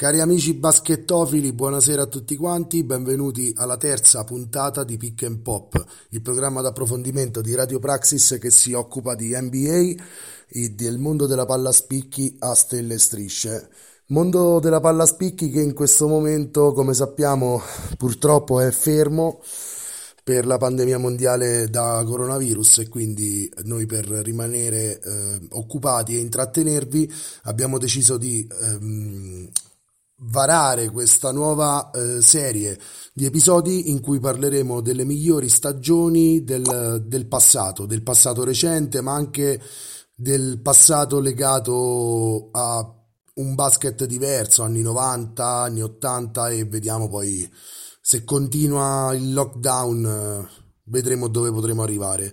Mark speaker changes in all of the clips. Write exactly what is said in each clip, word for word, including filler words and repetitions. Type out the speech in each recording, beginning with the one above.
Speaker 1: Cari amici baschettofili, buonasera a tutti quanti, benvenuti alla terza puntata di Pick and Pop, il programma d'approfondimento di Radio Praxis che si occupa di N B A e del mondo della palla a spicchi a stelle e strisce. Mondo della palla a spicchi che in questo momento, come sappiamo, purtroppo è fermo per la pandemia mondiale da coronavirus, e quindi noi, per rimanere eh, occupati e intrattenervi, abbiamo deciso di ehm, varare questa nuova eh, serie di episodi in cui parleremo delle migliori stagioni del, del passato, del passato recente, ma anche del passato legato a un basket diverso, anni novanta, anni ottanta, e vediamo poi se continua il lockdown, eh, vedremo dove potremo arrivare.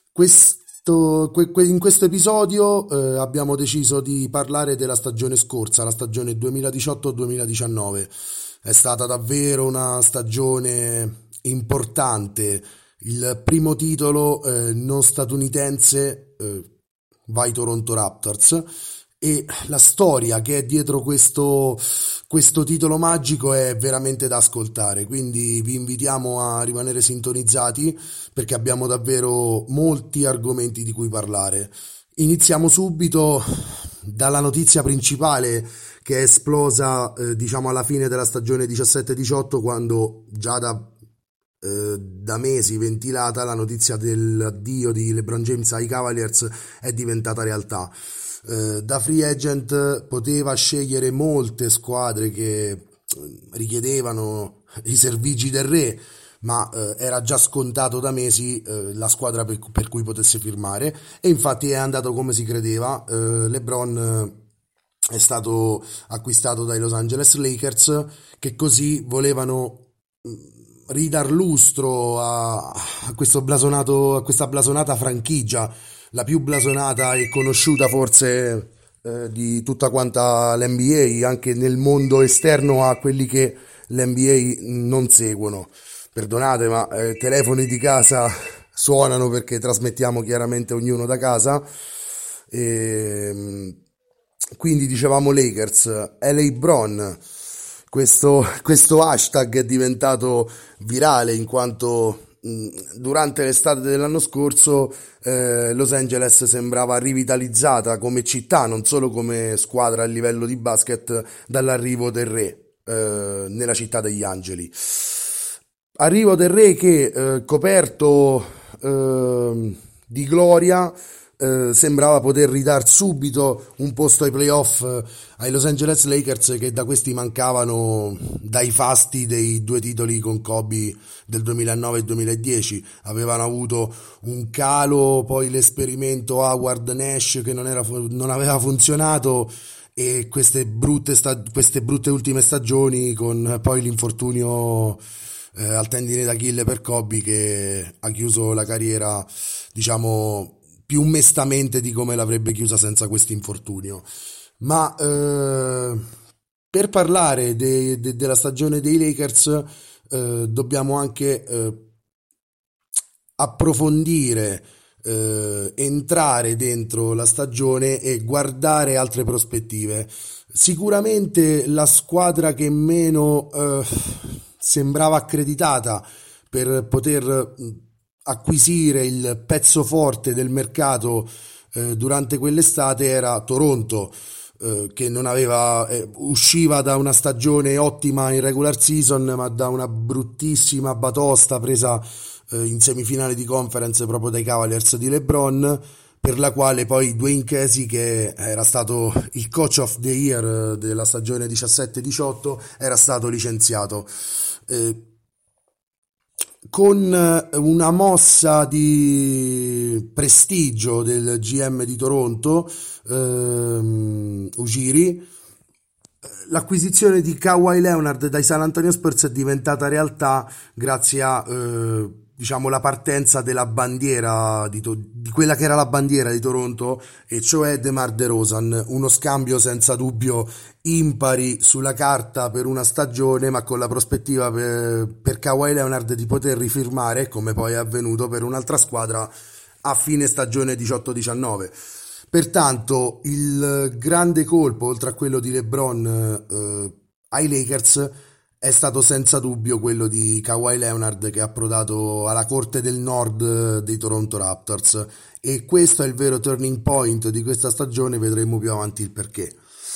Speaker 1: Questo, que, que, in questo episodio eh, abbiamo deciso di parlare della stagione scorsa, la stagione duemiladiciotto duemiladiciannove. È stata davvero una stagione importante. Il primo titolo eh, non statunitense eh, va ai Toronto Raptors, e la storia che è dietro questo, questo titolo magico è veramente da ascoltare, quindi vi invitiamo a rimanere sintonizzati perché abbiamo davvero molti argomenti di cui parlare. Iniziamo subito dalla notizia principale che è esplosa eh, diciamo alla fine della stagione diciassette diciotto, quando già da eh, da mesi ventilata la notizia dell'addio di LeBron James ai Cavaliers è diventata realtà. Uh, da free agent poteva scegliere molte squadre che richiedevano i servigi del re, ma uh, era già scontato da mesi uh, la squadra per, per cui potesse firmare, e infatti è andato come si credeva. uh, LeBron uh, è stato acquistato dai Los Angeles Lakers, che così volevano ridar lustro a, a questo blasonato, a questa blasonata franchigia, la più blasonata e conosciuta forse eh, di tutta quanta l'N B A, anche nel mondo esterno a quelli che l'N B A non seguono. Perdonate, ma eh, telefoni di casa suonano perché trasmettiamo chiaramente ognuno da casa. E, quindi dicevamo Lakers, L A Bron. Questo, questo hashtag è diventato virale in quanto durante l'estate dell'anno scorso eh, Los Angeles sembrava rivitalizzata come città, non solo come squadra a livello di basket, dall'arrivo del re eh, nella città degli angeli. Arrivo del re che eh, coperto eh, di gloria eh, sembrava poter ridar subito un posto ai playoff eh, ai Los Angeles Lakers, che da questi mancavano dai fasti dei due titoli con Kobe del duemilanove e duemiladieci. Avevano avuto un calo, poi l'esperimento Howard Nash che non, era, non aveva funzionato, e queste brutte, sta, queste brutte ultime stagioni con poi l'infortunio eh, al tendine d'Achille per Kobe, che ha chiuso la carriera diciamo più mestamente di come l'avrebbe chiusa senza questo infortunio. Ma eh, per parlare de, de, della stagione dei Lakers eh, dobbiamo anche eh, approfondire, eh, entrare dentro la stagione e guardare altre prospettive. Sicuramente la squadra che meno eh, sembrava accreditata per poter acquisire il pezzo forte del mercato eh, durante quell'estate era Toronto, eh, che non aveva eh, usciva da una stagione ottima in regular season, ma da una bruttissima batosta presa eh, in semifinale di conference proprio dai Cavaliers di LeBron, per la quale poi Dwayne Casey, che era stato il coach of the year della stagione diciassette diciotto, era stato licenziato. Eh, con una mossa di prestigio del G M di Toronto, ehm, Ujiri, l'acquisizione di Kawhi Leonard dai San Antonio Spurs è diventata realtà grazie a eh, diciamo la partenza della bandiera di, to- di quella che era la bandiera di Toronto, e cioè DeMar DeRozan. Uno scambio senza dubbio impari sulla carta per una stagione, ma con la prospettiva per, per Kawhi Leonard di poter rifirmare, come poi è avvenuto, per un'altra squadra a fine stagione diciotto diciannove. Pertanto il grande colpo, oltre a quello di LeBron eh, ai Lakers è stato senza dubbio quello di Kawhi Leonard, che ha approdato alla corte del nord dei Toronto Raptors, e questo è il vero turning point di questa stagione. Vedremo più avanti il perché.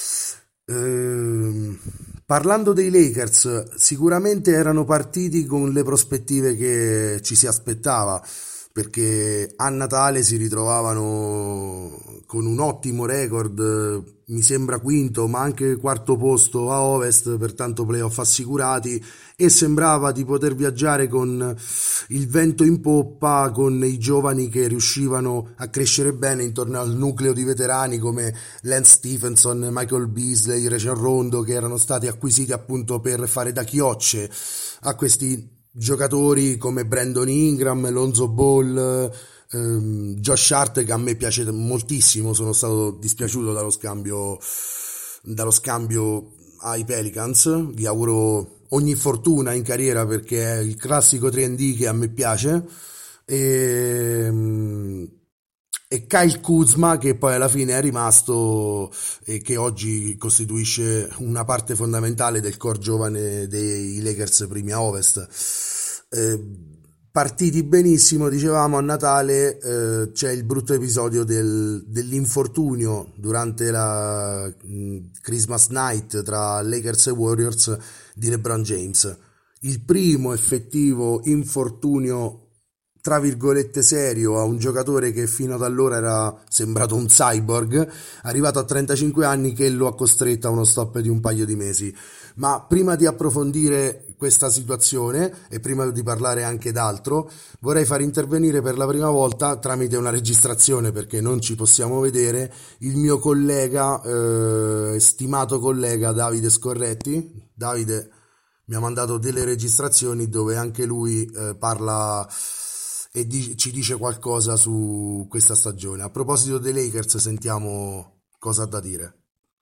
Speaker 1: Ehm, parlando dei Lakers, sicuramente erano partiti con le prospettive che ci si aspettava, perché a Natale si ritrovavano con un ottimo record, mi sembra quinto ma anche quarto posto a Ovest, pertanto playoff assicurati, e sembrava di poter viaggiare con il vento in poppa, con i giovani che riuscivano a crescere bene intorno al nucleo di veterani come Lance Stephenson, Michael Beasley, Rajon Rondo, che erano stati acquisiti appunto per fare da chiocce a questi giocatori come Brandon Ingram, Lonzo Ball, ehm, Josh Hart, che a me piace moltissimo. Sono stato dispiaciuto dallo scambio dallo scambio ai Pelicans. Vi auguro ogni fortuna in carriera, perché è il classico tre and D che a me piace. E, e Kyle Kuzma, che poi alla fine è rimasto e che oggi costituisce una parte fondamentale del core giovane dei Lakers primi a Ovest. Eh, partiti benissimo, dicevamo. A Natale eh, c'è il brutto episodio del, dell'infortunio durante la mh, Christmas Night tra Lakers e Warriors di LeBron James, il primo effettivo infortunio tra virgolette serio a un giocatore che fino ad allora era sembrato un cyborg, arrivato a trentacinque anni, che lo ha costretto a uno stop di un paio di mesi. Ma prima di approfondire questa situazione e prima di parlare anche d'altro, vorrei far intervenire per la prima volta tramite una registrazione, perché non ci possiamo vedere, il mio collega, eh, stimato collega Davide Scorretti. Davide mi ha mandato delle registrazioni dove anche lui eh, parla e di- ci dice qualcosa su questa stagione. A proposito dei Lakers, sentiamo cosa ha da dire.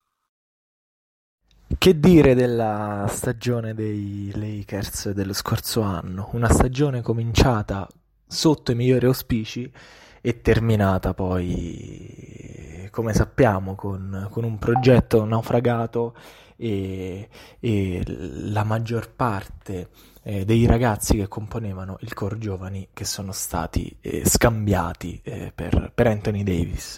Speaker 2: Che dire della stagione dei Lakers dello scorso anno? Una stagione cominciata sotto i migliori auspici e terminata poi, come sappiamo, con, con un progetto naufragato e, e la maggior parte eh, dei ragazzi che componevano il core giovani che sono stati eh, scambiati eh, per, per Anthony Davis.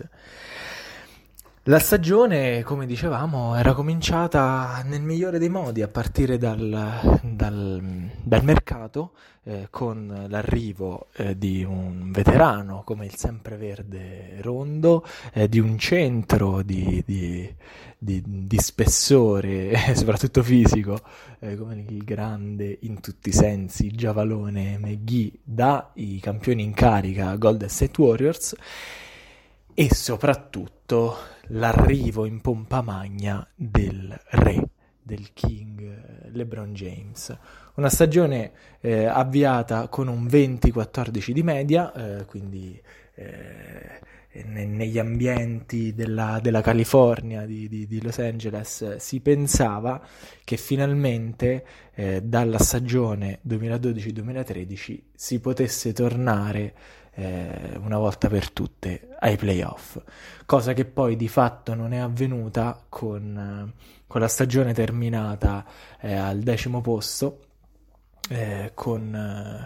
Speaker 2: La stagione, come dicevamo, era cominciata nel migliore dei modi, a partire dal, dal, dal mercato, eh, con l'arrivo eh, di un veterano come il sempreverde Rondo, eh, di un centro di, di, di, di spessore e soprattutto fisico, eh, come il grande in tutti i sensi Giavalone McGee, dai campioni in carica Golden State Warriors, e soprattutto l'arrivo in pompa magna del re, del king LeBron James. Una stagione eh, avviata con un venti quattordici di media, eh, quindi eh, ne- negli ambienti della, della California, di, di, di Los Angeles, si pensava che finalmente eh, dalla stagione duemiladodici duemilatredici si potesse tornare Eh, una volta per tutte ai playoff, cosa che poi di fatto non è avvenuta, con, con la stagione terminata eh, al decimo posto, eh, con,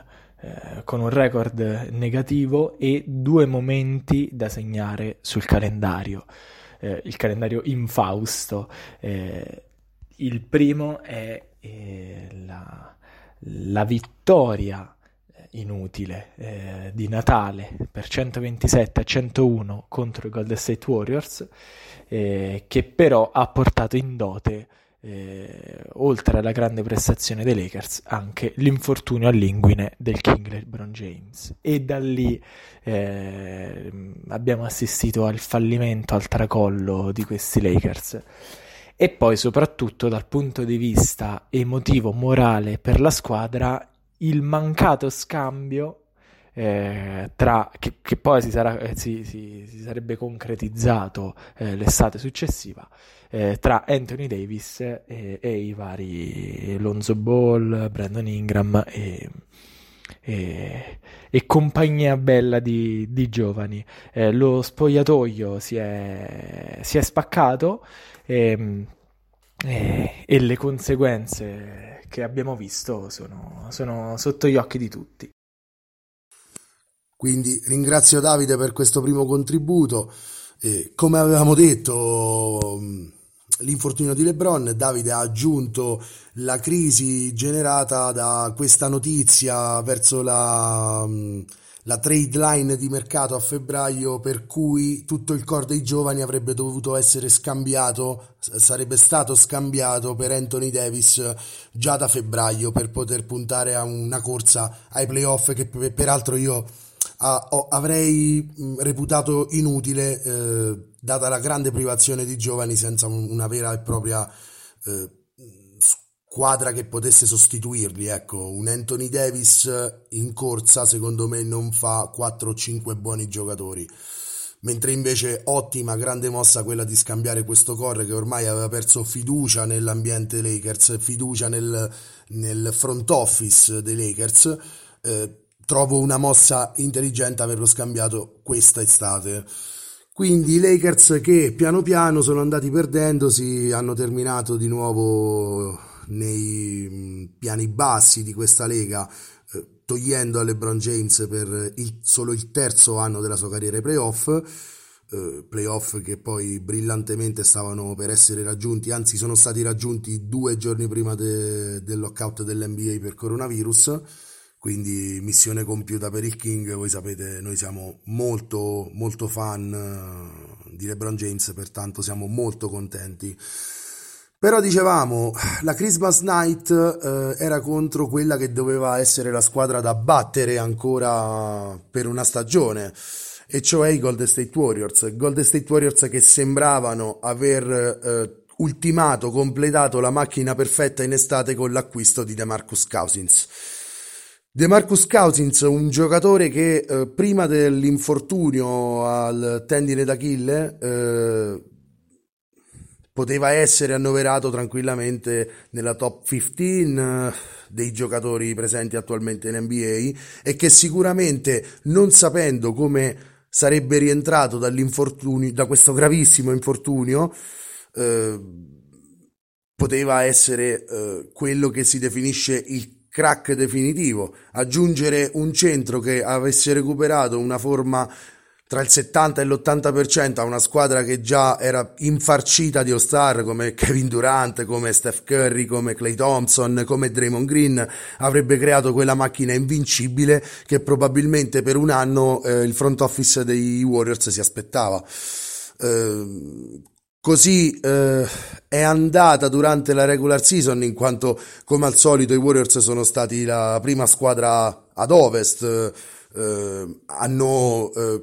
Speaker 2: eh, con un record negativo e due momenti da segnare sul calendario, eh, il calendario infausto. Eh, il primo è eh, la, la vittoria inutile eh, di Natale per centoventisette a centouno contro i Golden State Warriors, eh, che però ha portato in dote, eh, oltre alla grande prestazione dei Lakers, anche l'infortunio all'inguine del King LeBron James, e da lì eh, abbiamo assistito al fallimento, al tracollo di questi Lakers. E poi soprattutto dal punto di vista emotivo, morale per la squadra, il mancato scambio eh, tra che, che poi si, sarà, eh, si, si, si sarebbe concretizzato eh, l'estate successiva, eh, tra Anthony Davis e, e i vari Lonzo Ball, Brandon Ingram e, e, e compagnia bella di, di giovani. Eh, lo spogliatoio si è, si è spaccato. E, e, e le conseguenze che abbiamo visto sono, sono sotto gli occhi di tutti.
Speaker 1: Quindi ringrazio Davide per questo primo contributo. E come avevamo detto, l'infortunio di LeBron, Davide ha aggiunto la crisi generata da questa notizia verso la, la trade line di mercato a febbraio, per cui tutto il core dei giovani avrebbe dovuto essere scambiato, sarebbe stato scambiato per Anthony Davis già da febbraio, per poter puntare a una corsa ai playoff che peraltro io Ah, oh, avrei mh, reputato inutile, eh, data la grande privazione di giovani senza un- una vera e propria eh, squadra che potesse sostituirli. Ecco, un Anthony Davis in corsa secondo me non fa quattro o cinque buoni giocatori, mentre invece ottima, grande mossa quella di scambiare questo core che ormai aveva perso fiducia nell'ambiente Lakers, fiducia nel, nel front office dei Lakers. eh, Trovo una mossa intelligente averlo scambiato questa estate. Quindi i Lakers che piano piano sono andati perdendosi, hanno terminato di nuovo nei piani bassi di questa lega, eh, togliendo a LeBron James per il, solo il terzo anno della sua carriera ai playoff, eh, playoff che poi brillantemente stavano per essere raggiunti, anzi sono stati raggiunti due giorni prima de, del lockout dell'N B A per coronavirus. Quindi missione compiuta per il King. Voi sapete, noi siamo molto molto fan eh, di LeBron James, pertanto siamo molto contenti. Però dicevamo, la Christmas Night eh, era contro quella che doveva essere la squadra da battere ancora per una stagione, e cioè i Golden State Warriors. Golden State Warriors che sembravano aver eh, ultimato, completato la macchina perfetta in estate con l'acquisto di DeMarcus Cousins. DeMarcus Cousins, un giocatore che eh, prima dell'infortunio al tendine d'Achille eh, poteva essere annoverato tranquillamente nella top quindici eh, dei giocatori presenti attualmente in N B A, e che sicuramente, non sapendo come sarebbe rientrato dall'infortunio, da questo gravissimo infortunio, eh, poteva essere eh, quello che si definisce il crack definitivo. Aggiungere un centro che avesse recuperato una forma tra il settanta e l'ottanta per cento a una squadra che già era infarcita di all-star come Kevin Durant, come Steph Curry, come Klay Thompson, come Draymond Green, avrebbe creato quella macchina invincibile che probabilmente per un anno eh, il front office dei Warriors si aspettava. Eh, Così eh, è andata durante la regular season, in quanto come al solito i Warriors sono stati la prima squadra ad ovest, eh, hanno eh,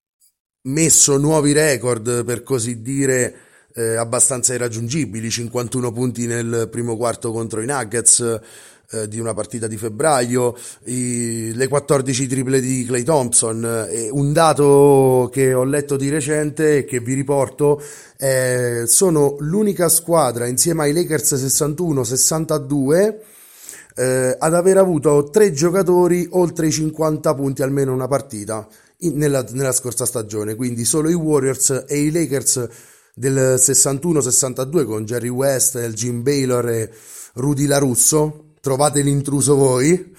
Speaker 1: messo nuovi record, per così dire, eh, abbastanza irraggiungibili: cinquantuno punti nel primo quarto contro i Nuggets eh, di una partita di febbraio, i, le quattordici triple di Klay Thompson. E un dato che ho letto di recente e che vi riporto: eh, sono l'unica squadra insieme ai Lakers sessantuno sessantadue eh, ad aver avuto tre giocatori oltre i cinquanta punti almeno una partita in, nella, nella scorsa stagione. Quindi solo i Warriors e i Lakers del sessantuno sessantadue, con Jerry West, Elgin Baylor e Rudy LaRusso, trovate l'intruso voi,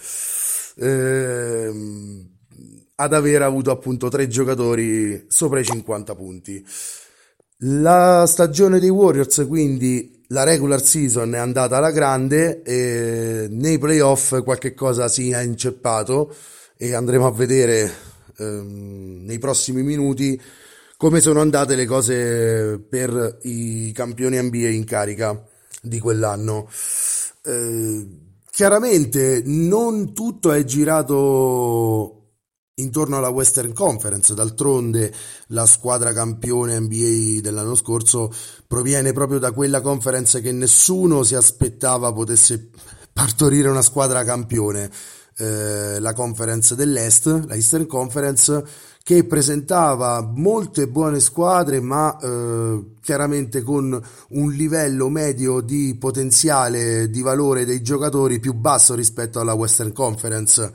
Speaker 1: ehm, ad aver avuto appunto tre giocatori sopra i cinquanta punti. La stagione dei Warriors, quindi la regular season, è andata alla grande, e nei playoff qualche cosa si è inceppato, e andremo a vedere ehm, nei prossimi minuti come sono andate le cose per i campioni N B A in carica di quell'anno. Eh, chiaramente non tutto è girato intorno alla Western Conference. D'altronde la squadra campione N B A dell'anno scorso proviene proprio da quella conference che nessuno si aspettava potesse partorire una squadra campione, eh, la conference dell'Est, la Eastern Conference, che presentava molte buone squadre, ma eh, chiaramente con un livello medio di potenziale, di valore dei giocatori più basso rispetto alla Western Conference.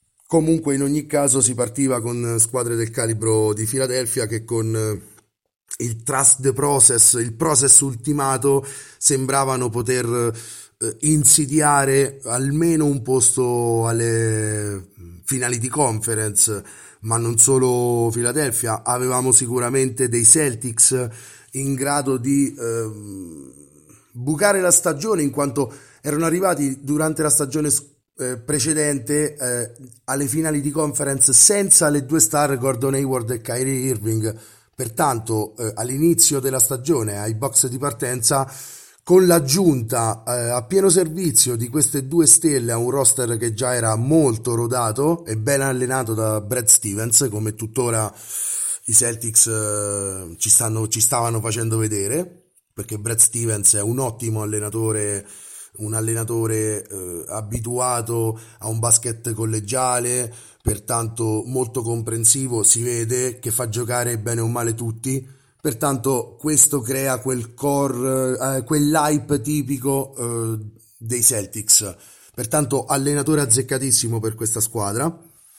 Speaker 1: Comunque in ogni caso si partiva con squadre del calibro di Philadelphia, che con il trust the process, il process ultimato, sembravano poter eh, insidiare almeno un posto alle finali di conference. Ma non solo Philadelphia, avevamo sicuramente dei Celtics in grado di eh, bucare la stagione, in quanto erano arrivati durante la stagione eh, precedente eh, alle finali di conference senza le due star Gordon Hayward e Kyrie Irving. Pertanto eh, all'inizio della stagione, ai box di partenza, con l'aggiunta eh, a pieno servizio di queste due stelle a un roster che già era molto rodato e ben allenato da Brad Stevens, come tuttora i Celtics eh, ci, stanno, ci stavano facendo vedere, perché Brad Stevens è un ottimo allenatore, un allenatore eh, abituato a un basket collegiale, pertanto molto comprensivo, si vede che fa giocare bene o male tutti. Pertanto questo crea quel core, eh, quell'hype tipico eh, dei Celtics. Pertanto allenatore azzeccatissimo per questa squadra,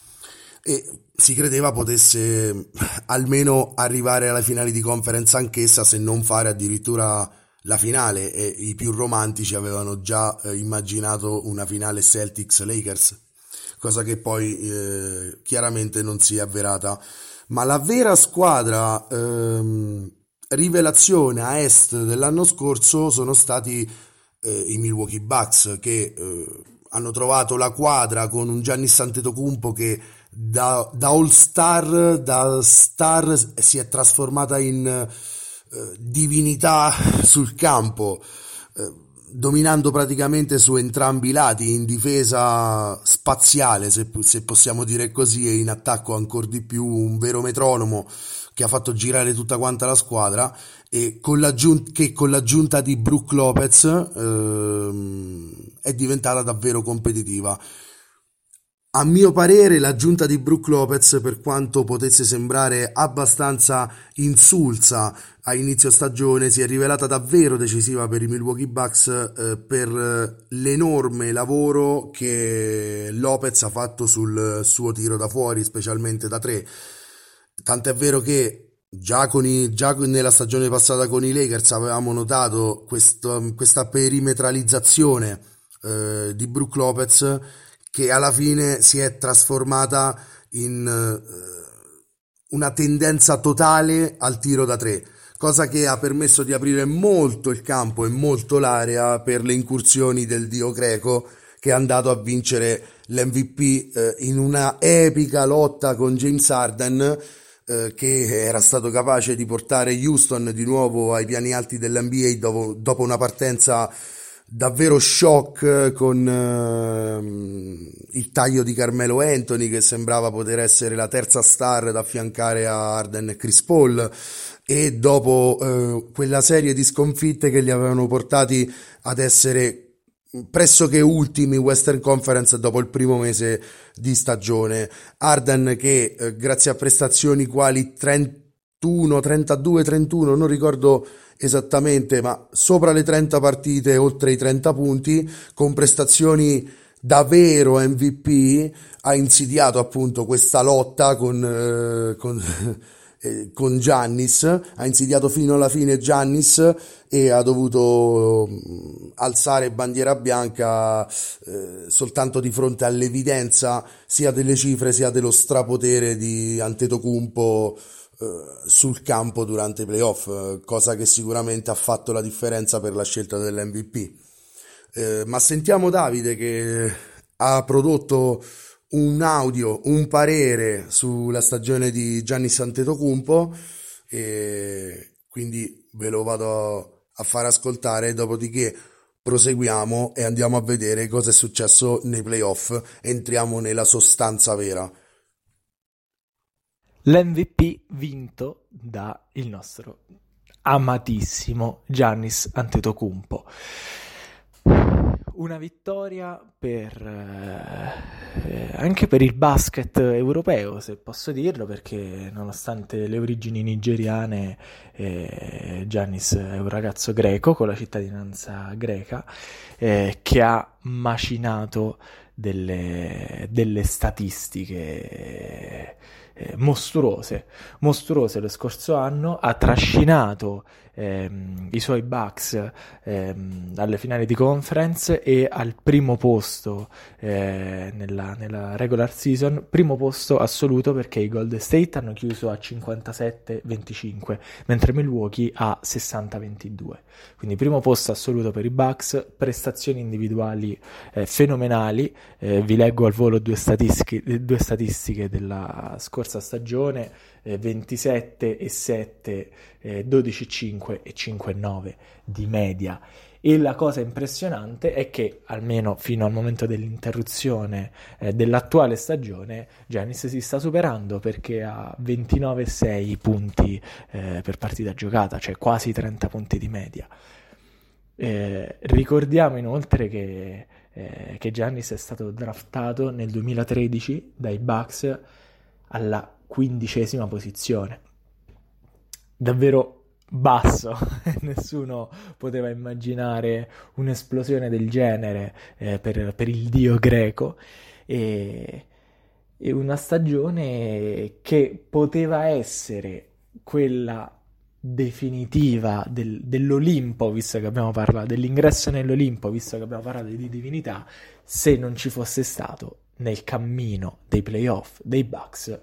Speaker 1: e si credeva potesse almeno arrivare alla finale di conference anch'essa, se non fare addirittura la finale, e i più romantici avevano già eh, immaginato una finale Celtics-Lakers, cosa che poi eh, chiaramente non si è avverata. Ma la vera squadra ehm, rivelazione a est dell'anno scorso sono stati eh, i Milwaukee Bucks, che eh, hanno trovato la quadra con un Giannis Antetokounmpo che da, da all star, da star si è trasformata in eh, divinità sul campo, eh, dominando praticamente su entrambi i lati, in difesa spaziale, se, se possiamo dire così, e in attacco ancora di più, un vero metronomo che ha fatto girare tutta quanta la squadra, e con l'aggiunta, che con l'aggiunta di Brook Lopez ehm, è diventata davvero competitiva. A mio parere l'aggiunta di Brook Lopez, per quanto potesse sembrare abbastanza insulsa a inizio stagione, si è rivelata davvero decisiva per i Milwaukee Bucks eh, per l'enorme lavoro che Lopez ha fatto sul suo tiro da fuori, specialmente da tre. Tant'è vero che già, con i, già nella stagione passata con i Lakers avevamo notato questo, questa perimetralizzazione eh, di Brook Lopez, che alla fine si è trasformata in uh, una tendenza totale al tiro da tre, cosa che ha permesso di aprire molto il campo e molto l'area per le incursioni del dio greco, che è andato a vincere l'M V P uh, in una epica lotta con James Harden, uh, che era stato capace di portare Houston di nuovo ai piani alti dell'N B A dopo, dopo una partenza davvero shock, con uh, il taglio di Carmelo Anthony, che sembrava poter essere la terza star da affiancare a Harden e Chris Paul, e dopo uh, quella serie di sconfitte che li avevano portati ad essere pressoché ultimi Western Conference dopo il primo mese di stagione. Harden che uh, grazie a prestazioni quali trentuno, trentadue, trentuno, non ricordo esattamente, ma sopra le trenta partite, oltre i trenta punti, con prestazioni davvero M V P, ha insidiato appunto questa lotta con, eh, con, eh, con Giannis, ha insidiato fino alla fine Giannis, e ha dovuto alzare bandiera bianca eh, soltanto di fronte all'evidenza sia delle cifre sia dello strapotere di Antetokounmpo sul campo durante i playoff, cosa che sicuramente ha fatto la differenza per la scelta dell'M V P. Eh, ma sentiamo Davide, che ha prodotto un audio, un parere sulla stagione di Giannis Antetokounmpo, e quindi ve lo vado a far ascoltare, dopodiché proseguiamo e andiamo a vedere cosa è successo nei playoff, entriamo nella sostanza vera.
Speaker 2: L'M V P vinto da il nostro amatissimo Giannis Antetokounmpo. Una vittoria per eh, anche per il basket europeo, se posso dirlo, perché nonostante le origini nigeriane, eh, Giannis è un ragazzo greco con la cittadinanza greca, eh, che ha macinato delle, delle statistiche eh, mostruose, mostruose lo scorso anno, ha trascinato ehm, i suoi Bucks ehm, alle finali di conference e al primo posto eh, nella, nella regular season, primo posto assoluto perché i Golden State hanno chiuso a cinquantasette venticinque, mentre Milwaukee a sessanta ventidue. Quindi primo posto assoluto per i Bucks, prestazioni individuali eh, fenomenali. Eh, vi leggo al volo due statistiche, due statistiche della scorsa stagione, eh, ventisette e sette, eh, dodici e cinque e cinque e nove di media. E la cosa impressionante è che, almeno fino al momento dell'interruzione eh, dell'attuale stagione, Giannis si sta superando perché ha ventinove e sei punti eh, per partita giocata, cioè quasi trenta punti di media. Eh, ricordiamo inoltre che, eh, che Giannis è stato draftato nel duemilatredici dai Bucks alla quindicesima posizione. Davvero basso, nessuno poteva immaginare un'esplosione del genere eh, per, per il dio greco, e, e una stagione che poteva essere quella definitiva del, dell'Olimpo, visto che abbiamo parlato dell'ingresso nell'Olimpo, visto che abbiamo parlato di divinità, se non ci fosse stato nel cammino dei playoff dei Bucks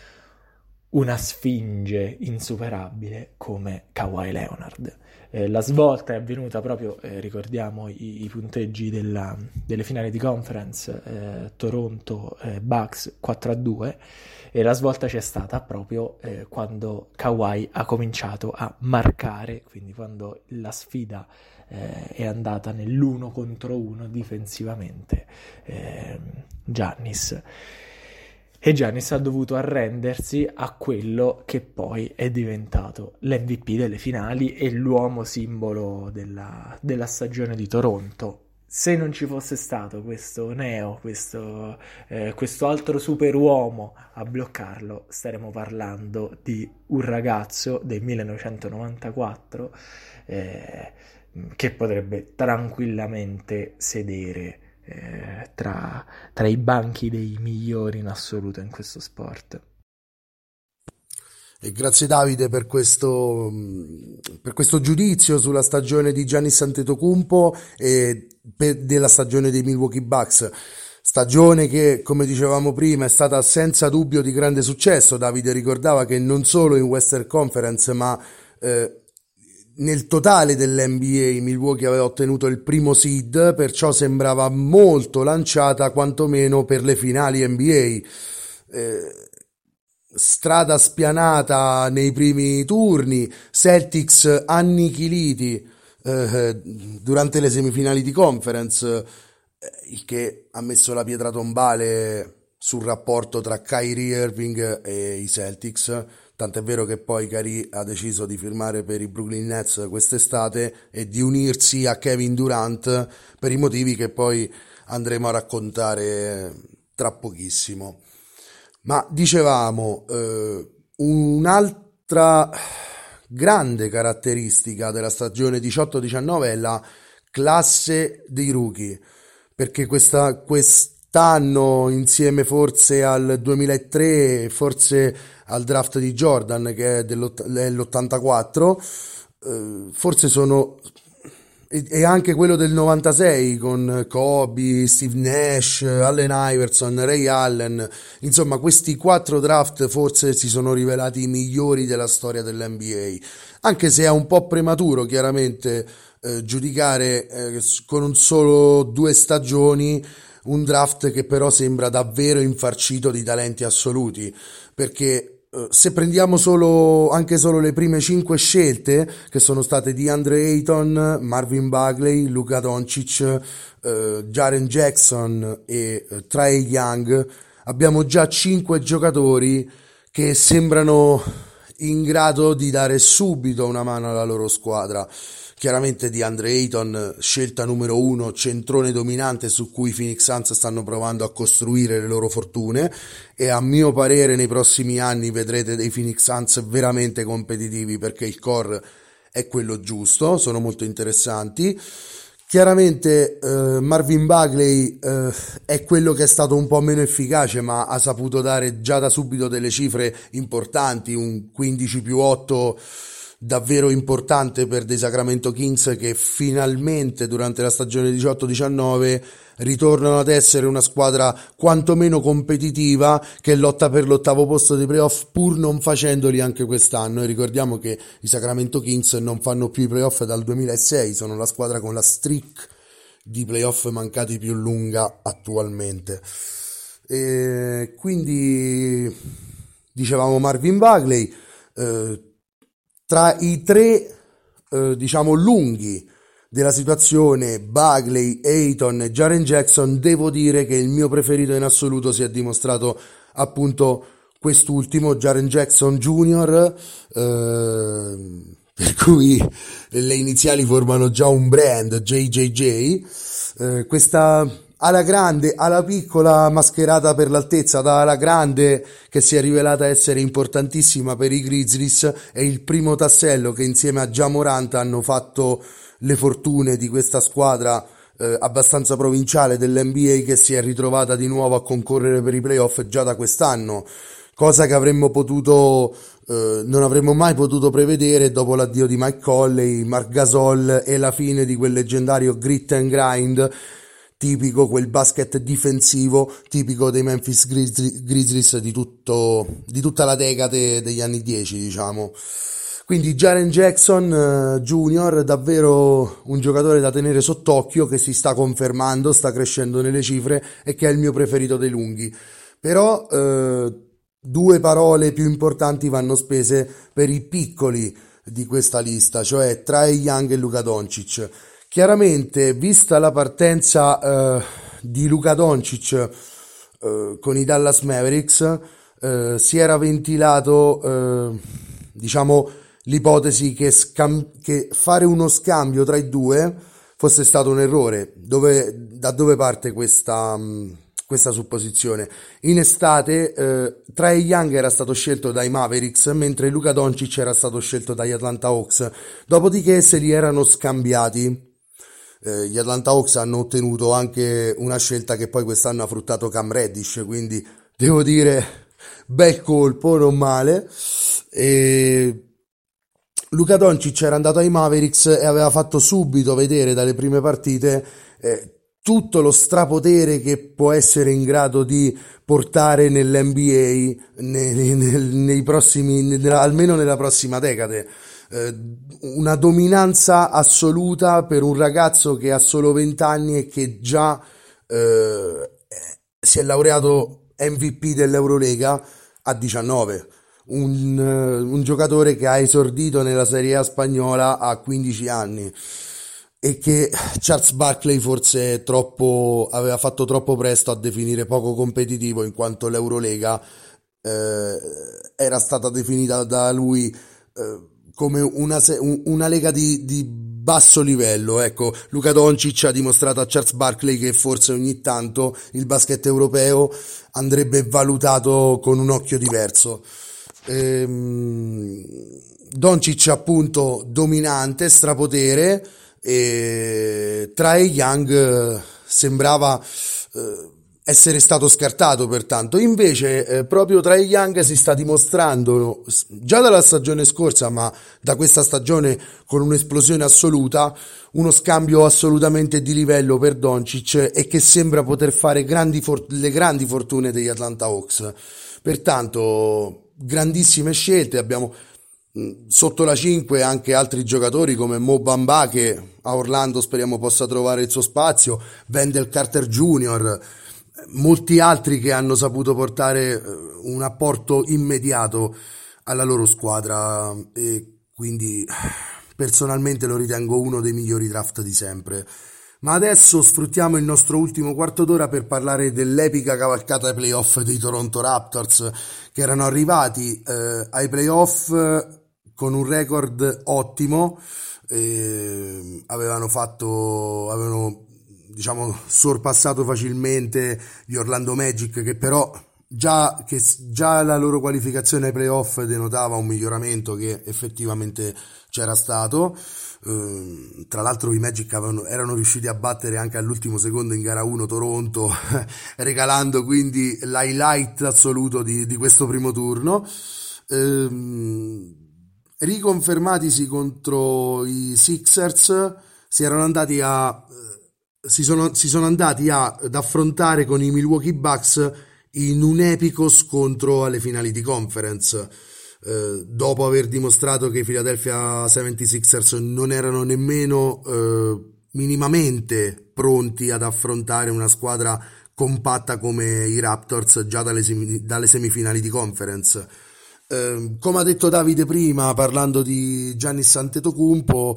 Speaker 2: una sfinge insuperabile come Kawhi Leonard. Eh, la svolta è avvenuta proprio, eh, ricordiamo i, i punteggi della, delle finali di conference, eh, Toronto eh, Bucks quattro a due, e la svolta c'è stata proprio eh, quando Kawhi ha cominciato a marcare, quindi quando la sfida eh, è andata nell'uno contro uno difensivamente eh, Giannis. E Giannis ha dovuto arrendersi a quello che poi è diventato l'M V P delle finali e l'uomo simbolo della, della stagione di Toronto. Se non ci fosse stato questo neo, questo, eh, questo altro superuomo a bloccarlo, staremmo parlando di un ragazzo del millenovecentonovantaquattro eh, che potrebbe tranquillamente sedere Eh, tra, tra i banchi dei migliori in assoluto in questo sport.
Speaker 1: E grazie Davide per questo, per questo giudizio sulla stagione di Giannis Antetokounmpo e per, della stagione dei Milwaukee Bucks. Stagione che, come dicevamo prima, è stata senza dubbio di grande successo. Davide ricordava che non solo in Western Conference, ma eh, nel totale dell'N B A Milwaukee aveva ottenuto il primo seed, perciò sembrava molto lanciata quantomeno per le finali N B A. Eh, strada spianata nei primi turni, Celtics annichiliti eh, durante le semifinali di conference, eh, il che ha messo la pietra tombale sul rapporto tra Kyrie Irving e i Celtics. Tant'è vero che poi Kyrie ha deciso di firmare per i Brooklyn Nets quest'estate e di unirsi a Kevin Durant per i motivi che poi andremo a raccontare tra pochissimo. Ma dicevamo, eh, un'altra grande caratteristica della stagione diciotto diciannove è la classe dei rookie, perché questa, quest'anno, insieme forse al duemilatré, forse al draft di Jordan che è dell'ottantaquattro, eh, forse sono, e, e anche quello del novantasei con Kobe, Steve Nash, Allen Iverson, Ray Allen, insomma questi quattro draft forse si sono rivelati i migliori della storia dell'N B A, anche se è un po' prematuro chiaramente eh, giudicare eh, con un solo due stagioni un draft che però sembra davvero infarcito di talenti assoluti, perché se prendiamo solo anche solo le prime cinque scelte, che sono state DeAndre Ayton, Marvin Bagley, Luka Doncic, eh, Jaren Jackson e eh, Trae Young, abbiamo già cinque giocatori che sembrano in grado di dare subito una mano alla loro squadra. Chiaramente DeAndre Ayton, scelta numero uno, centrone dominante su cui i Phoenix Suns stanno provando a costruire le loro fortune, e a mio parere nei prossimi anni vedrete dei Phoenix Suns veramente competitivi perché il core è quello giusto, sono molto interessanti. Chiaramente eh, Marvin Bagley eh, è quello che è stato un po' meno efficace, ma ha saputo dare già da subito delle cifre importanti, un quindici più otto davvero importante per dei Sacramento Kings che finalmente durante la stagione diciotto diciannove ritornano ad essere una squadra quantomeno competitiva che lotta per l'ottavo posto dei playoff, pur non facendoli anche quest'anno. E ricordiamo che i Sacramento Kings non fanno più i playoff dal duemilasei, sono la squadra con la streak di playoff mancati più lunga attualmente. E quindi dicevamo Marvin Bagley, eh, tra i tre eh, diciamo lunghi della situazione, Bagley, Ayton e Jaren Jackson, devo dire che il mio preferito in assoluto si è dimostrato appunto quest'ultimo, Jaren Jackson Junior, eh, per cui le iniziali formano già un brand, J J J. Eh, questa ala grande, ala piccola mascherata per l'altezza, da ala grande che si è rivelata essere importantissima per i Grizzlies, è il primo tassello che insieme a Ja Morant hanno fatto le fortune di questa squadra eh, abbastanza provinciale dell'N B A, che si è ritrovata di nuovo a concorrere per i playoff già da quest'anno, cosa che avremmo potuto eh, non avremmo mai potuto prevedere dopo l'addio di Mike Conley, Marc Gasol e la fine di quel leggendario grit and grind tipico, quel basket difensivo tipico dei Memphis Grizzlies di tutto di tutta la decade degli anni dieci, diciamo. Quindi Jaren Jackson uh, Junior, davvero un giocatore da tenere sott'occhio, che si sta confermando, sta crescendo nelle cifre e che è il mio preferito dei lunghi. Però uh, due parole più importanti vanno spese per i piccoli di questa lista, cioè Trae Young e Luka Doncic. Chiaramente, vista la partenza uh, di Luka Doncic uh, con i Dallas Mavericks, uh, si era ventilato uh, diciamo l'ipotesi che, scam- che fare uno scambio tra i due fosse stato un errore. Dove, da dove parte questa, mh, questa supposizione? In estate eh, Trae Young era stato scelto dai Mavericks, mentre Luka Doncic era stato scelto dagli Atlanta Hawks, dopodiché se li erano scambiati. Eh, gli Atlanta Hawks hanno ottenuto anche una scelta che poi quest'anno ha fruttato Cam Reddish, quindi devo dire bel colpo, non male. E Luka Doncic era andato ai Mavericks e aveva fatto subito vedere dalle prime partite eh, tutto lo strapotere che può essere in grado di portare nell'N B A nei, nei, nei prossimi, nella, almeno nella prossima decade. Eh, una dominanza assoluta per un ragazzo che ha solo venti anni e che già eh, si è laureato M V P dell'Eurolega a diciannove. Un, un giocatore che ha esordito nella Serie A spagnola a quindici anni e che Charles Barkley forse troppo, aveva fatto troppo presto a definire poco competitivo, in quanto l'Eurolega eh, era stata definita da lui eh, come una, una lega di, di basso livello. Ecco, Luka Doncic ha dimostrato a Charles Barkley che forse ogni tanto il basket europeo andrebbe valutato con un occhio diverso. Ehm, Doncic appunto dominante, strapotere, e Trae Young sembrava eh, essere stato scartato, pertanto invece eh, proprio Trae Young si sta dimostrando già dalla stagione scorsa, ma da questa stagione con un'esplosione assoluta, uno scambio assolutamente di livello per Doncic, e che sembra poter fare grandi for- le grandi fortune degli Atlanta Hawks. Pertanto grandissime scelte, abbiamo mh, sotto la cinque anche altri giocatori come Mo Bamba, che a Orlando speriamo possa trovare il suo spazio, Wendell Carter Junior, molti altri che hanno saputo portare un apporto immediato alla loro squadra, e quindi personalmente lo ritengo uno dei migliori draft di sempre. Ma adesso sfruttiamo il nostro ultimo quarto d'ora per parlare dell'epica cavalcata ai playoff dei Toronto Raptors, che erano arrivati eh, ai playoff con un record ottimo, eh, avevano fatto avevano diciamo sorpassato facilmente gli Orlando Magic, che però già, che già la loro qualificazione ai playoff denotava un miglioramento che effettivamente c'era stato. Uh, tra l'altro i Magic avevano, erano riusciti a battere anche all'ultimo secondo in gara uno Toronto, regalando quindi l'highlight assoluto di, di questo primo turno. Uh, riconfermatisi contro i Sixers, si erano andati a si sono, si sono andati a, ad affrontare con i Milwaukee Bucks in un epico scontro alle finali di conference. Eh, dopo aver dimostrato che i Philadelphia settantasei ers non erano nemmeno eh, minimamente pronti ad affrontare una squadra compatta come i Raptors già dalle, semi, dalle semifinali di conference. Eh, come ha detto Davide prima, parlando di Giannis Antetokounmpo,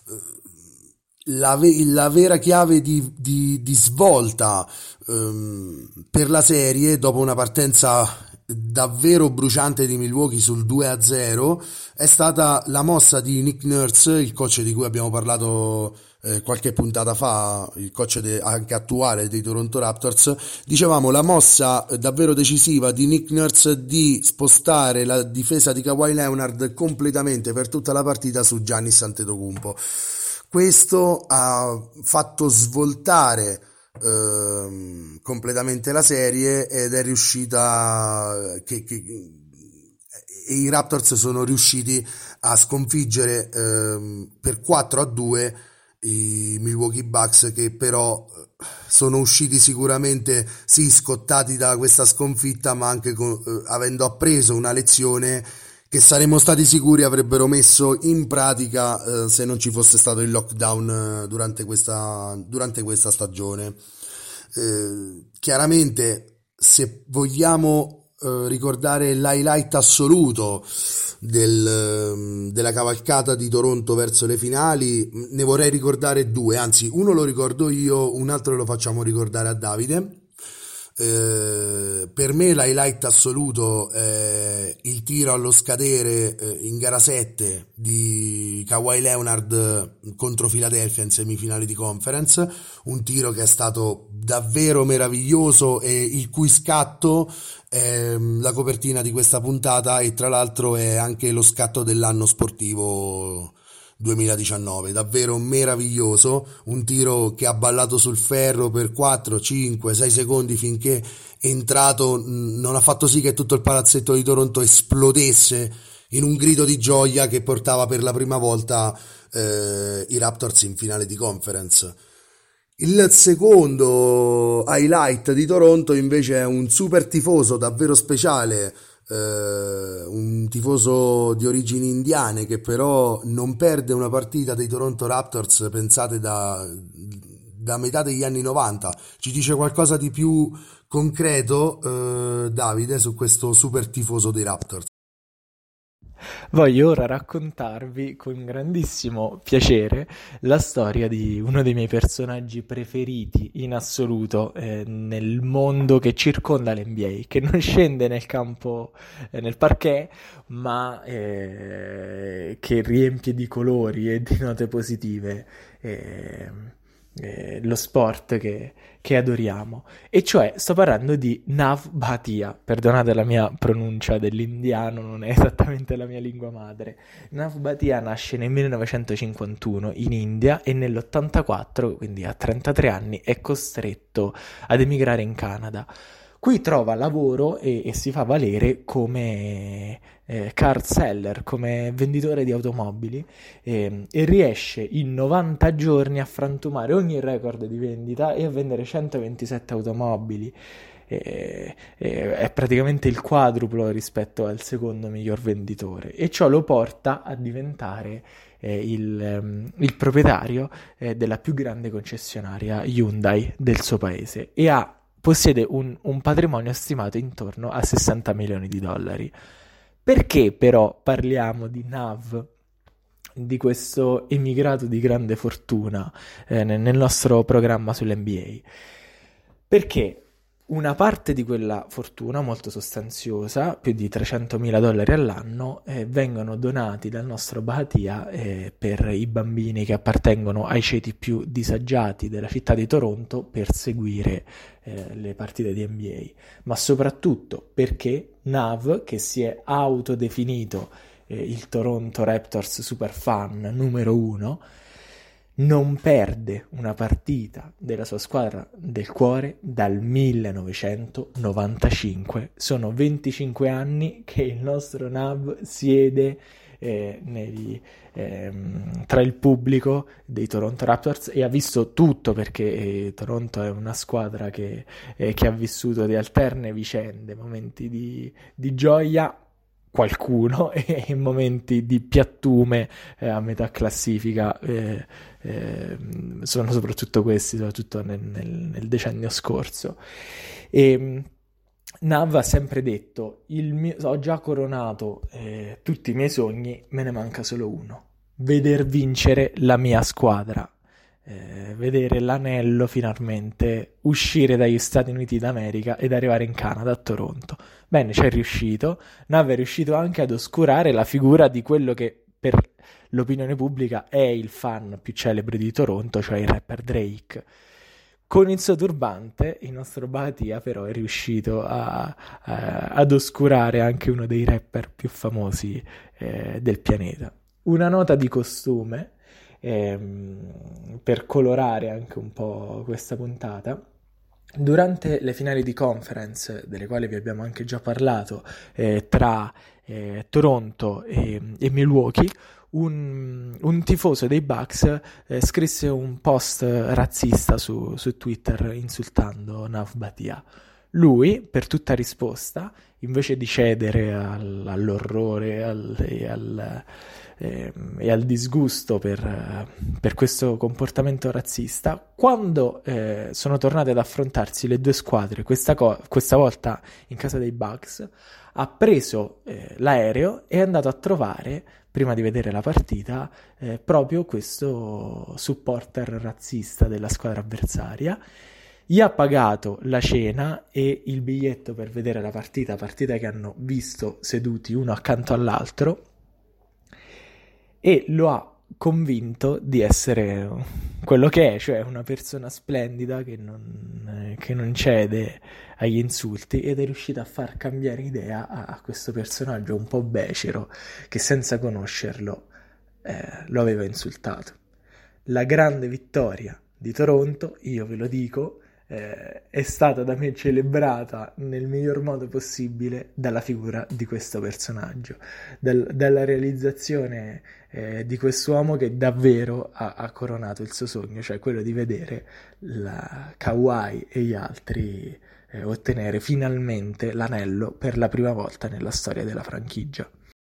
Speaker 1: la, ve- la vera chiave di, di, di svolta ehm, per la serie, dopo una partenza davvero bruciante di Milwaukee sul due a zero, è stata la mossa di Nick Nurse, il coach di cui abbiamo parlato eh, qualche puntata fa, il coach de- anche attuale dei Toronto Raptors. Dicevamo, la mossa davvero decisiva di Nick Nurse di spostare la difesa di Kawhi Leonard completamente per tutta la partita su Giannis Antetokounmpo. Questo ha fatto svoltare ehm, completamente la serie ed è riuscita che, che e i Raptors sono riusciti a sconfiggere ehm, per quattro a due i Milwaukee Bucks, che però sono usciti sicuramente sì scottati da questa sconfitta, ma anche con, eh, avendo appreso una lezione che saremmo stati sicuri avrebbero messo in pratica eh, se non ci fosse stato il lockdown eh, durante questa, durante questa stagione. Eh, chiaramente, se vogliamo eh, ricordare l'highlight assoluto del, della cavalcata di Toronto verso le finali, ne vorrei ricordare due, anzi uno lo ricordo io, un altro lo facciamo ricordare a Davide. Eh, per me l'highlight assoluto è il tiro allo scadere eh, in gara sette di Kawhi Leonard contro Philadelphia in semifinali di conference, un tiro che è stato davvero meraviglioso e il cui scatto è la copertina di questa puntata, e tra l'altro è anche lo scatto dell'anno sportivo duemiladiciannove, davvero meraviglioso, un tiro che ha ballato sul ferro per quattro, cinque, sei secondi finché è entrato, non ha fatto sì che tutto il palazzetto di Toronto esplodesse in un grido di gioia che portava per la prima volta eh, i Raptors in finale di conference. Il secondo highlight di Toronto invece è un super tifoso davvero speciale, Uh, un tifoso di origini indiane che però non perde una partita dei Toronto Raptors, pensate, da, da metà degli anni novanta. Ci dice qualcosa di più concreto uh, Davide su questo super tifoso dei Raptors?
Speaker 2: Voglio ora raccontarvi con grandissimo piacere la storia di uno dei miei personaggi preferiti in assoluto eh, nel mondo che circonda l'N B A, che non scende nel campo, eh, nel parquet, ma eh, che riempie di colori e di note positive eh, eh, lo sport che, che adoriamo. E cioè sto parlando di Nav Bhatia. Perdonate la mia pronuncia dell'indiano, non è esattamente la mia lingua madre. Nav Bhatia nasce nel millenovecentocinquantuno in India e nell'ottantaquattro, quindi a trentatré anni, è costretto ad emigrare in Canada. Qui trova lavoro e, e si fa valere come eh, car seller, come venditore di automobili, eh, e riesce in novanta giorni a frantumare ogni record di vendita e a vendere centoventisette automobili. Eh, eh, è praticamente il quadruplo rispetto al secondo miglior venditore, e ciò lo porta a diventare eh, il, um, il proprietario eh, della più grande concessionaria Hyundai del suo paese, e ha possiede un, un patrimonio stimato intorno a sessanta milioni di dollari. Perché però parliamo di Nav, di questo emigrato di grande fortuna eh, nel nostro programma sull'N B A? Perché Una parte di quella fortuna molto sostanziosa, più di trecentomila dollari all'anno, eh, vengono donati dal nostro Bahatia eh, per i bambini che appartengono ai ceti più disagiati della città di Toronto per seguire eh, le partite di N B A, ma soprattutto perché Nav, che si è autodefinito eh, il Toronto Raptors superfan numero uno, non perde una partita della sua squadra del cuore dal millenovecentonovantacinque. Sono venticinque anni che il nostro Nav siede eh, nei, ehm, tra il pubblico dei Toronto Raptors e ha visto tutto, perché eh, Toronto è una squadra che, eh, che ha vissuto di alterne vicende, momenti di, di gioia, qualcuno, e momenti di piattume eh, a metà classifica. eh, eh, sono soprattutto questi, soprattutto nel, nel, nel decennio scorso. E Nav ha sempre detto: il mio, ho già coronato eh, tutti i miei sogni, me ne manca solo uno: veder vincere la mia squadra. Eh, vedere l'anello finalmente uscire dagli Stati Uniti d'America ed arrivare in Canada, a Toronto. Bene, ci è riuscito. Nav è riuscito anche ad oscurare la figura di quello che per l'opinione pubblica è il fan più celebre di Toronto, cioè il rapper Drake. Con il suo turbante, il nostro Bahatia però è riuscito a, a, ad oscurare anche uno dei rapper più famosi eh, del pianeta. Una nota di costume ehm, per colorare anche un po' questa puntata. Durante le finali di conference, delle quali vi abbiamo anche già parlato, eh, tra eh, Toronto e, e Milwaukee, un, un tifoso dei Bucks eh, scrisse un post razzista su, su Twitter insultando Nav Bhatia. Lui, per tutta risposta, invece di cedere al, all'orrore al, e, al, eh, e al disgusto per, per questo comportamento razzista, quando eh, sono tornate ad affrontarsi le due squadre, questa, co- questa volta in casa dei Bucks, ha preso eh, l'aereo e è andato a trovare, prima di vedere la partita, eh, proprio questo supporter razzista della squadra avversaria. Gli ha pagato la cena e il biglietto per vedere la partita, partita che hanno visto seduti uno accanto all'altro, e lo ha convinto di essere quello che è, cioè una persona splendida che non, che non cede agli insulti, ed è riuscita a far cambiare idea a, a questo personaggio un po' becero che senza conoscerlo eh, lo aveva insultato. La grande vittoria di Toronto, io ve lo dico, eh, è stata da me celebrata nel miglior modo possibile dalla figura di questo personaggio, dal, dalla realizzazione eh, di quest'uomo che davvero ha, ha coronato il suo sogno, cioè quello di vedere la Kawhi e gli altri eh, ottenere finalmente l'anello per la prima volta nella storia della franchigia.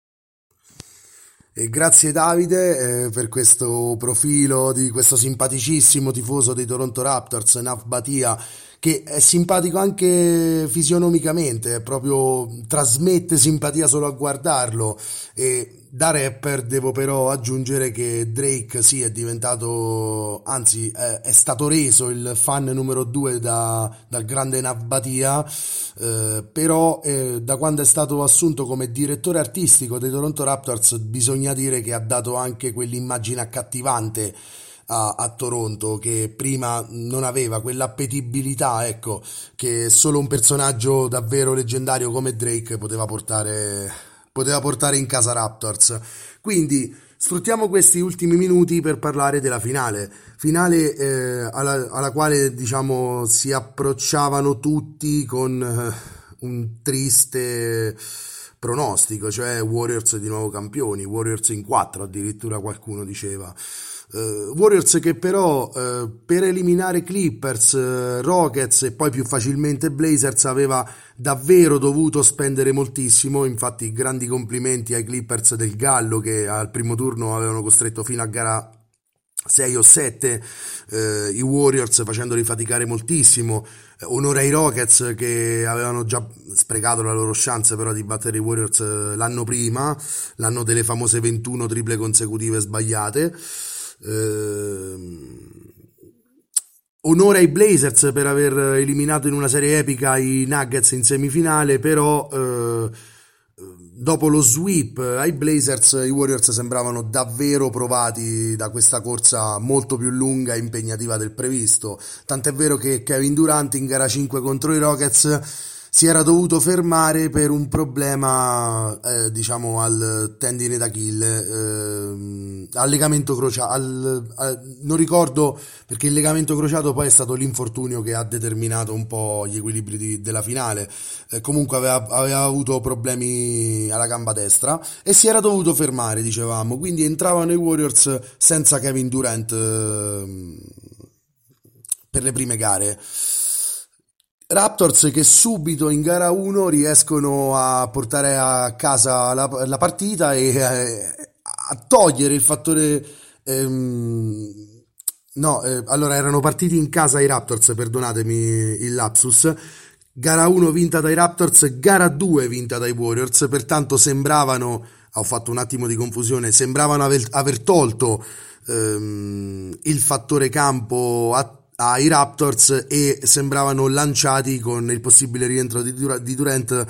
Speaker 1: E grazie Davide eh, per questo profilo di questo simpaticissimo tifoso dei Toronto Raptors, Nav Bhatia, che è simpatico anche fisionomicamente, proprio trasmette simpatia solo a guardarlo. E da rapper devo però aggiungere che Drake sì è diventato, anzi è, è stato reso il fan numero due da, dal grande Nav Bhatia, eh, però eh, da quando è stato assunto come direttore artistico dei Toronto Raptors bisogna dire che ha dato anche quell'immagine accattivante a, a Toronto, che prima non aveva quell'appetibilità, ecco, che solo un personaggio davvero leggendario come Drake poteva portare, poteva portare in casa Raptors. Quindi sfruttiamo questi ultimi minuti per parlare della finale, finale eh, alla, alla quale diciamo si approcciavano tutti con eh, un triste pronostico, cioè Warriors di nuovo campioni, Warriors in quattro addirittura qualcuno diceva. Uh, Warriors che però uh, per eliminare Clippers, uh, Rockets e poi più facilmente Blazers aveva davvero dovuto spendere moltissimo. Infatti grandi complimenti ai Clippers del Gallo, che al primo turno avevano costretto fino a gara sei o sette uh, i Warriors, facendoli faticare moltissimo. Uh, onore ai Rockets che avevano già sprecato la loro chance però di battere i Warriors uh, l'anno prima, l'anno delle famose ventuno triple consecutive sbagliate. Uh, onore ai Blazers per aver eliminato in una serie epica i Nuggets in semifinale, però eh, dopo lo sweep ai Blazers i Warriors sembravano davvero provati da questa corsa molto più lunga e impegnativa del previsto, tant'è vero che Kevin Durant in gara cinque contro i Rockets si era dovuto fermare per un problema, eh, diciamo, al tendine d'Achille, eh, al legamento crociato, al, al, non ricordo, perché il legamento crociato poi è stato l'infortunio che ha determinato un po' gli equilibri di, della finale. Eh, comunque aveva, aveva avuto problemi alla gamba destra e si era dovuto fermare, dicevamo, quindi entravano i Warriors senza Kevin Durant eh, per le prime gare. Raptors che subito in gara uno riescono a portare a casa la, la partita e eh, a togliere il fattore ehm, no, eh, allora erano partiti in casa i Raptors, perdonatemi il lapsus. Gara uno vinta dai Raptors, gara due vinta dai Warriors, pertanto sembravano, ho fatto un attimo di confusione, sembravano aver, aver tolto ehm, il fattore campo a ai Raptors e sembravano lanciati con il possibile rientro di, Dur- di Durant eh,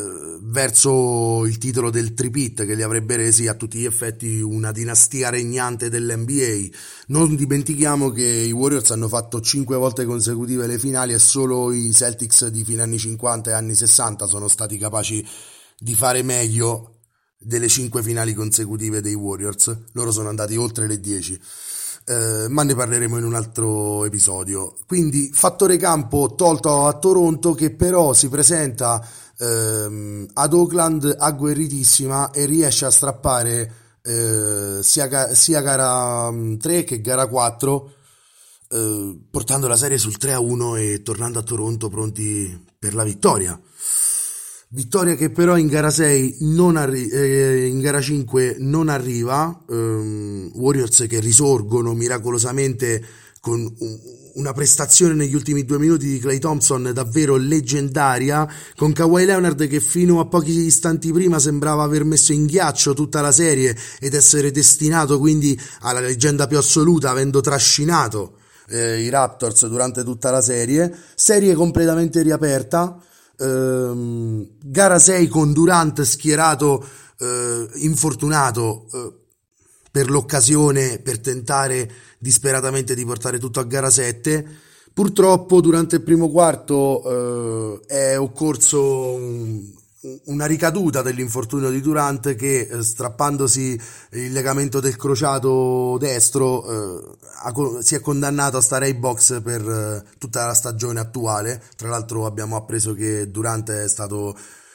Speaker 1: verso il titolo del tripit che li avrebbe resi a tutti gli effetti una dinastia regnante dell'N B A. Non dimentichiamo che i Warriors hanno fatto cinque volte consecutive le finali e solo i Celtics di fine anni cinquanta e anni sessanta sono stati capaci di fare meglio delle cinque finali consecutive dei Warriors. Loro sono andati oltre le dieci. Uh, ma ne parleremo in un altro episodio. Quindi fattore campo tolto a Toronto, che però si presenta uh, ad Oakland agguerritissima e riesce a strappare uh, sia, sia gara tre che gara quattro, uh, portando la serie sul tre a uno e tornando a Toronto pronti per la vittoria. Vittoria che però in gara sei non arri- eh, in gara cinque non arriva, ehm, Warriors che risorgono miracolosamente con un, una prestazione negli ultimi due minuti di Klay Thompson davvero leggendaria, con Kawhi Leonard che fino a pochi istanti prima sembrava aver messo in ghiaccio tutta la serie ed essere destinato quindi alla leggenda più assoluta, avendo trascinato eh, i Raptors durante tutta la serie, serie completamente riaperta. Uh, gara sei con Durant schierato uh, infortunato uh, per l'occasione, per tentare disperatamente di portare tutto a gara sette. Purtroppo durante il primo quarto uh, è occorso un, una ricaduta dell'infortunio di Durant che uh, strappandosi il legamento del crociato destro uh, ha, si è condannato a stare ai box per uh, tutta la stagione attuale. Tra l'altro abbiamo appreso che Durant è stato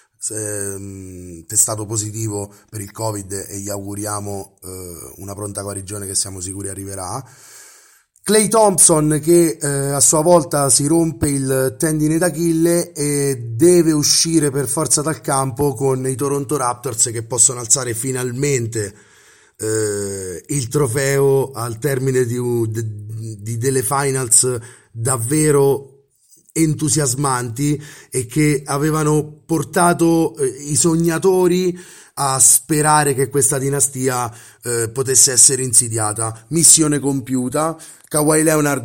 Speaker 1: eh, testato positivo per il Covid e gli auguriamo uh, una pronta guarigione che siamo sicuri arriverà. Klay Thompson che eh, a sua volta si rompe il tendine d'Achille e deve uscire per forza dal campo con i Toronto Raptors che possono alzare finalmente eh, il trofeo al termine di, di, di delle finals davvero entusiasmanti e che avevano portato eh, i sognatori a sperare che questa dinastia eh, potesse essere insidiata. Missione compiuta. Kawhi Leonard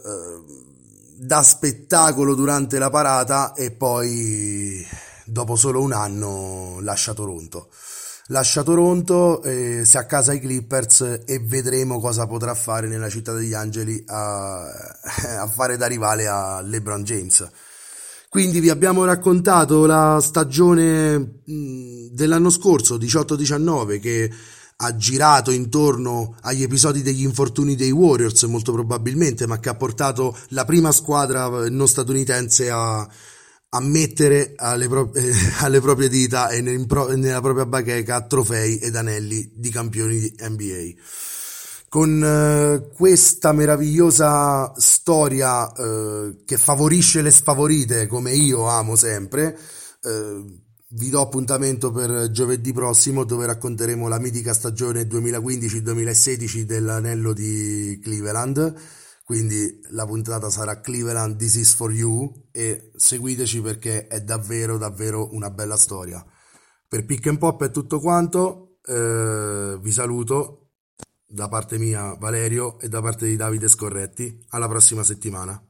Speaker 1: eh, dà spettacolo durante la parata e poi dopo solo un anno lascia Toronto. Lascia Toronto, eh, si accasa ai Clippers e vedremo cosa potrà fare nella città degli angeli a, a fare da rivale a LeBron James. Quindi vi abbiamo raccontato la stagione dell'anno scorso, diciotto diciannove, che ha girato intorno agli episodi degli infortuni dei Warriors, molto probabilmente, ma che ha portato la prima squadra non statunitense a, a mettere alle, pro- eh, alle proprie dita e nel, nella propria bacheca trofei ed anelli di campioni di N B A. Con uh, questa meravigliosa storia uh, che favorisce le sfavorite, come io amo sempre, uh, vi do appuntamento per giovedì prossimo, dove racconteremo la mitica stagione duemilaquindici duemilasedici dell'anello di Cleveland. Quindi la puntata sarà Cleveland This is for you e seguiteci perché è davvero davvero una bella storia. Per Pick and Pop è tutto quanto, uh, vi saluto. Da parte mia Valerio e da parte di Davide Scorretti. Alla prossima settimana.